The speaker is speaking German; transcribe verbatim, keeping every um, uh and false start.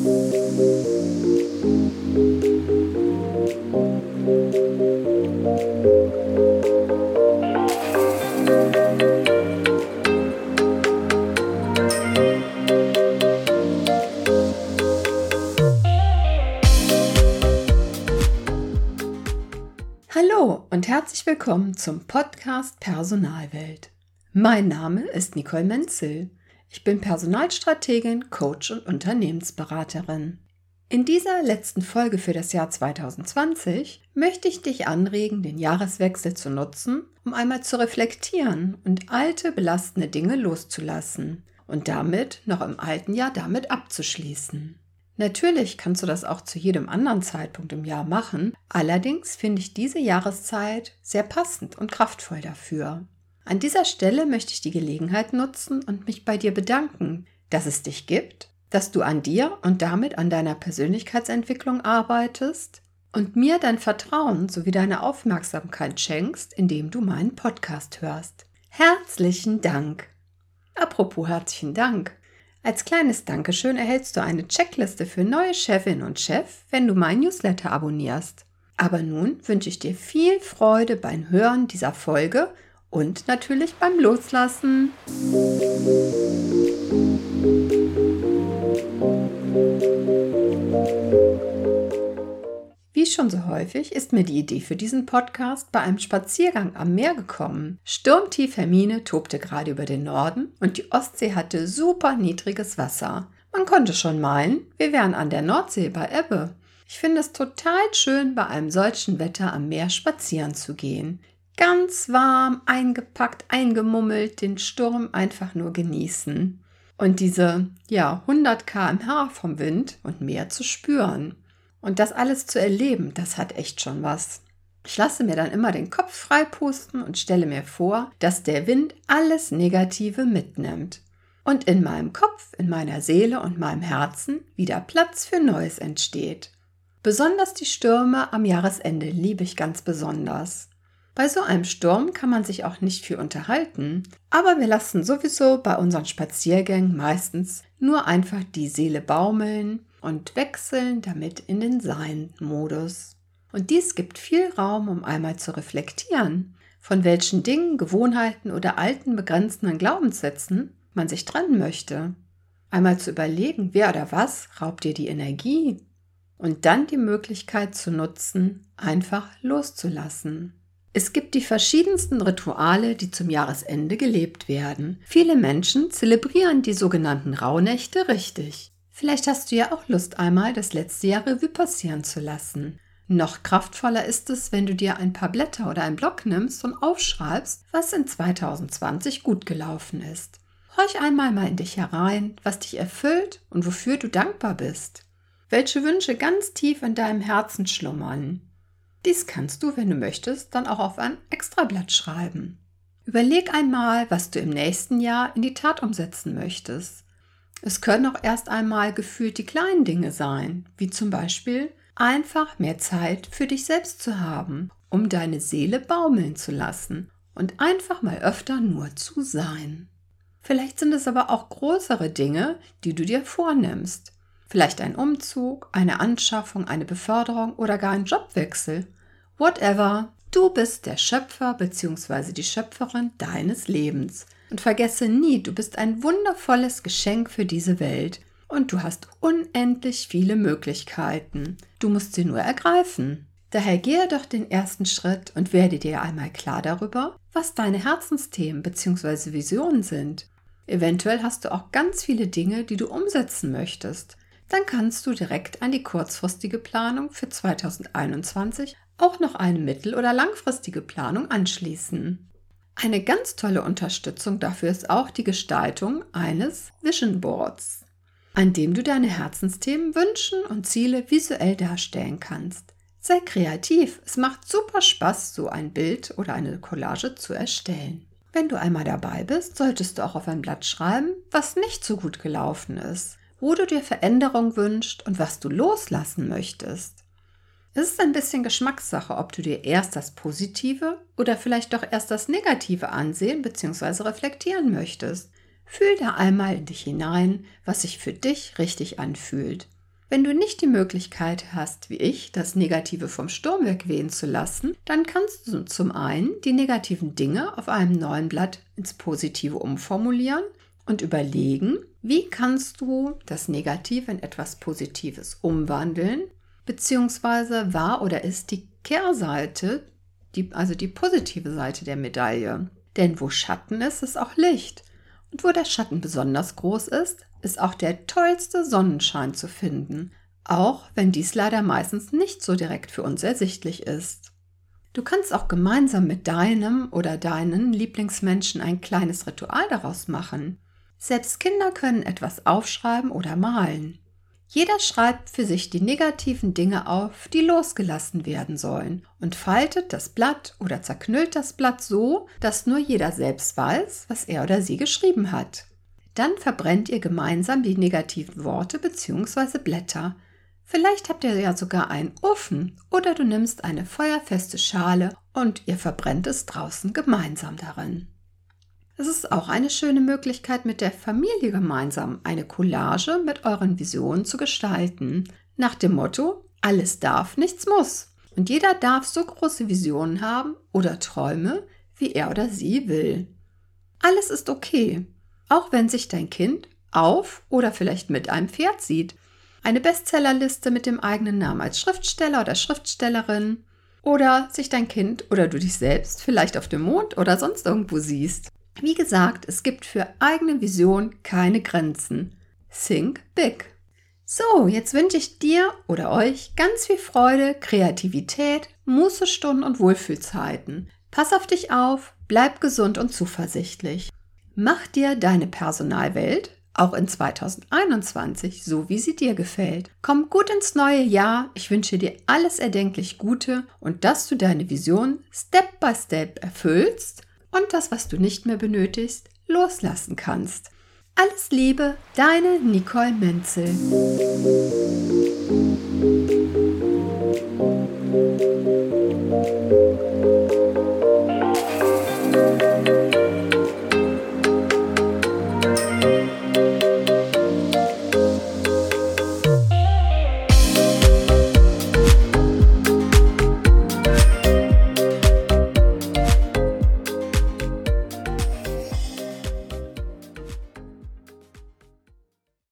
Hallo und herzlich willkommen zum Podcast Personalwelt. Mein Name ist Nicole Menzel. Ich bin Personalstrategin, Coach und Unternehmensberaterin. In dieser letzten Folge für das Jahr zwanzig zwanzig möchte ich dich anregen, den Jahreswechsel zu nutzen, um einmal zu reflektieren und alte, belastende Dinge loszulassen und damit noch im alten Jahr damit abzuschließen. Natürlich kannst du das auch zu jedem anderen Zeitpunkt im Jahr machen, allerdings finde ich diese Jahreszeit sehr passend und kraftvoll dafür. An dieser Stelle möchte ich die Gelegenheit nutzen und mich bei dir bedanken, dass es dich gibt, dass du an dir und damit an deiner Persönlichkeitsentwicklung arbeitest und mir dein Vertrauen sowie deine Aufmerksamkeit schenkst, indem du meinen Podcast hörst. Herzlichen Dank! Apropos herzlichen Dank! Als kleines Dankeschön erhältst du eine Checkliste für neue Chefin und Chef, wenn du mein Newsletter abonnierst. Aber nun wünsche ich dir viel Freude beim Hören dieser Folge und natürlich beim Loslassen. Wie schon so häufig ist mir die Idee für diesen Podcast bei einem Spaziergang am Meer gekommen. Sturmtief Hermine tobte gerade über den Norden und die Ostsee hatte super niedriges Wasser. Man konnte schon meinen, wir wären an der Nordsee bei Ebbe. Ich finde es total schön, bei einem solchen Wetter am Meer spazieren zu gehen. Ganz warm, eingepackt, eingemummelt, den Sturm einfach nur genießen. Und diese, ja, hundert Kilometer pro Stunde vom Wind und Meer zu spüren. Und das alles zu erleben, das hat echt schon was. Ich lasse mir dann immer den Kopf freipusten und stelle mir vor, dass der Wind alles Negative mitnimmt. Und in meinem Kopf, in meiner Seele und meinem Herzen wieder Platz für Neues entsteht. Besonders die Stürme am Jahresende liebe ich ganz besonders. Bei so einem Sturm kann man sich auch nicht viel unterhalten, aber wir lassen sowieso bei unseren Spaziergängen meistens nur einfach die Seele baumeln und wechseln damit in den Sein-Modus. Und dies gibt viel Raum, um einmal zu reflektieren, von welchen Dingen, Gewohnheiten oder alten begrenzenden Glaubenssätzen man sich trennen möchte. Einmal zu überlegen, wer oder was raubt dir die Energie und dann die Möglichkeit zu nutzen, einfach loszulassen. Es gibt die verschiedensten Rituale, die zum Jahresende gelebt werden. Viele Menschen zelebrieren die sogenannten Rauhnächte richtig. Vielleicht hast du ja auch Lust, einmal das letzte Jahr Revue passieren zu lassen. Noch kraftvoller ist es, wenn du dir ein paar Blätter oder einen Block nimmst und aufschreibst, was in zwanzig zwanzig gut gelaufen ist. Horch einmal mal in dich herein, was dich erfüllt und wofür du dankbar bist. Welche Wünsche ganz tief in deinem Herzen schlummern. Dies kannst du, wenn du möchtest, dann auch auf ein Extrablatt schreiben. Überleg einmal, was du im nächsten Jahr in die Tat umsetzen möchtest. Es können auch erst einmal gefühlt die kleinen Dinge sein, wie zum Beispiel einfach mehr Zeit für dich selbst zu haben, um deine Seele baumeln zu lassen und einfach mal öfter nur zu sein. Vielleicht sind es aber auch größere Dinge, die du dir vornimmst. Vielleicht ein Umzug, eine Anschaffung, eine Beförderung oder gar ein Jobwechsel. Whatever, du bist der Schöpfer bzw. die Schöpferin deines Lebens. Und vergesse nie, du bist ein wundervolles Geschenk für diese Welt und du hast unendlich viele Möglichkeiten. Du musst sie nur ergreifen. Daher gehe doch den ersten Schritt und werde dir einmal klar darüber, was deine Herzensthemen bzw. Visionen sind. Eventuell hast du auch ganz viele Dinge, die du umsetzen möchtest. Dann kannst du direkt an die kurzfristige Planung für zwanzig einundzwanzig auch noch eine mittel- oder langfristige Planung anschließen. Eine ganz tolle Unterstützung dafür ist auch die Gestaltung eines Vision Boards, an dem du deine Herzensthemen, Wünschen und Ziele visuell darstellen kannst. Sei kreativ, es macht super Spaß, so ein Bild oder eine Collage zu erstellen. Wenn du einmal dabei bist, solltest du auch auf ein Blatt schreiben, was nicht so gut gelaufen ist, wo du dir Veränderung wünschst und was du loslassen möchtest. Es ist ein bisschen Geschmackssache, ob du dir erst das Positive oder vielleicht doch erst das Negative ansehen bzw. reflektieren möchtest. Fühl da einmal in dich hinein, was sich für dich richtig anfühlt. Wenn du nicht die Möglichkeit hast, wie ich, das Negative vom Sturm wegwehen zu lassen, dann kannst du zum einen die negativen Dinge auf einem neuen Blatt ins Positive umformulieren und überlegen, wie kannst du das Negative in etwas Positives umwandeln, beziehungsweise war oder ist die Kehrseite, die, also die positive Seite der Medaille. Denn wo Schatten ist, ist auch Licht. Und wo der Schatten besonders groß ist, ist auch der tollste Sonnenschein zu finden, auch wenn dies leider meistens nicht so direkt für uns ersichtlich ist. Du kannst auch gemeinsam mit deinem oder deinen Lieblingsmenschen ein kleines Ritual daraus machen. Selbst Kinder können etwas aufschreiben oder malen. Jeder schreibt für sich die negativen Dinge auf, die losgelassen werden sollen und faltet das Blatt oder zerknüllt das Blatt so, dass nur jeder selbst weiß, was er oder sie geschrieben hat. Dann verbrennt ihr gemeinsam die negativen Worte bzw. Blätter. Vielleicht habt ihr ja sogar einen Ofen oder du nimmst eine feuerfeste Schale und ihr verbrennt es draußen gemeinsam darin. Es ist auch eine schöne Möglichkeit, mit der Familie gemeinsam eine Collage mit euren Visionen zu gestalten. Nach dem Motto, alles darf, nichts muss. Und jeder darf so große Visionen haben oder Träume, wie er oder sie will. Alles ist okay, auch wenn sich dein Kind auf oder vielleicht mit einem Pferd sieht. Eine Bestsellerliste mit dem eigenen Namen als Schriftsteller oder Schriftstellerin oder sich dein Kind oder du dich selbst vielleicht auf dem Mond oder sonst irgendwo siehst. Wie gesagt, es gibt für eigene Vision keine Grenzen. Think big. So, jetzt wünsche ich dir oder euch ganz viel Freude, Kreativität, Mußestunden und Wohlfühlzeiten. Pass auf dich auf, bleib gesund und zuversichtlich. Mach dir deine Personalwelt auch in zweitausendeinundzwanzig so, wie sie dir gefällt. Komm gut ins neue Jahr. Ich wünsche dir alles erdenklich Gute und dass du deine Vision Step by Step erfüllst und das, was du nicht mehr benötigst, loslassen kannst. Alles Liebe, deine Nicole Menzel.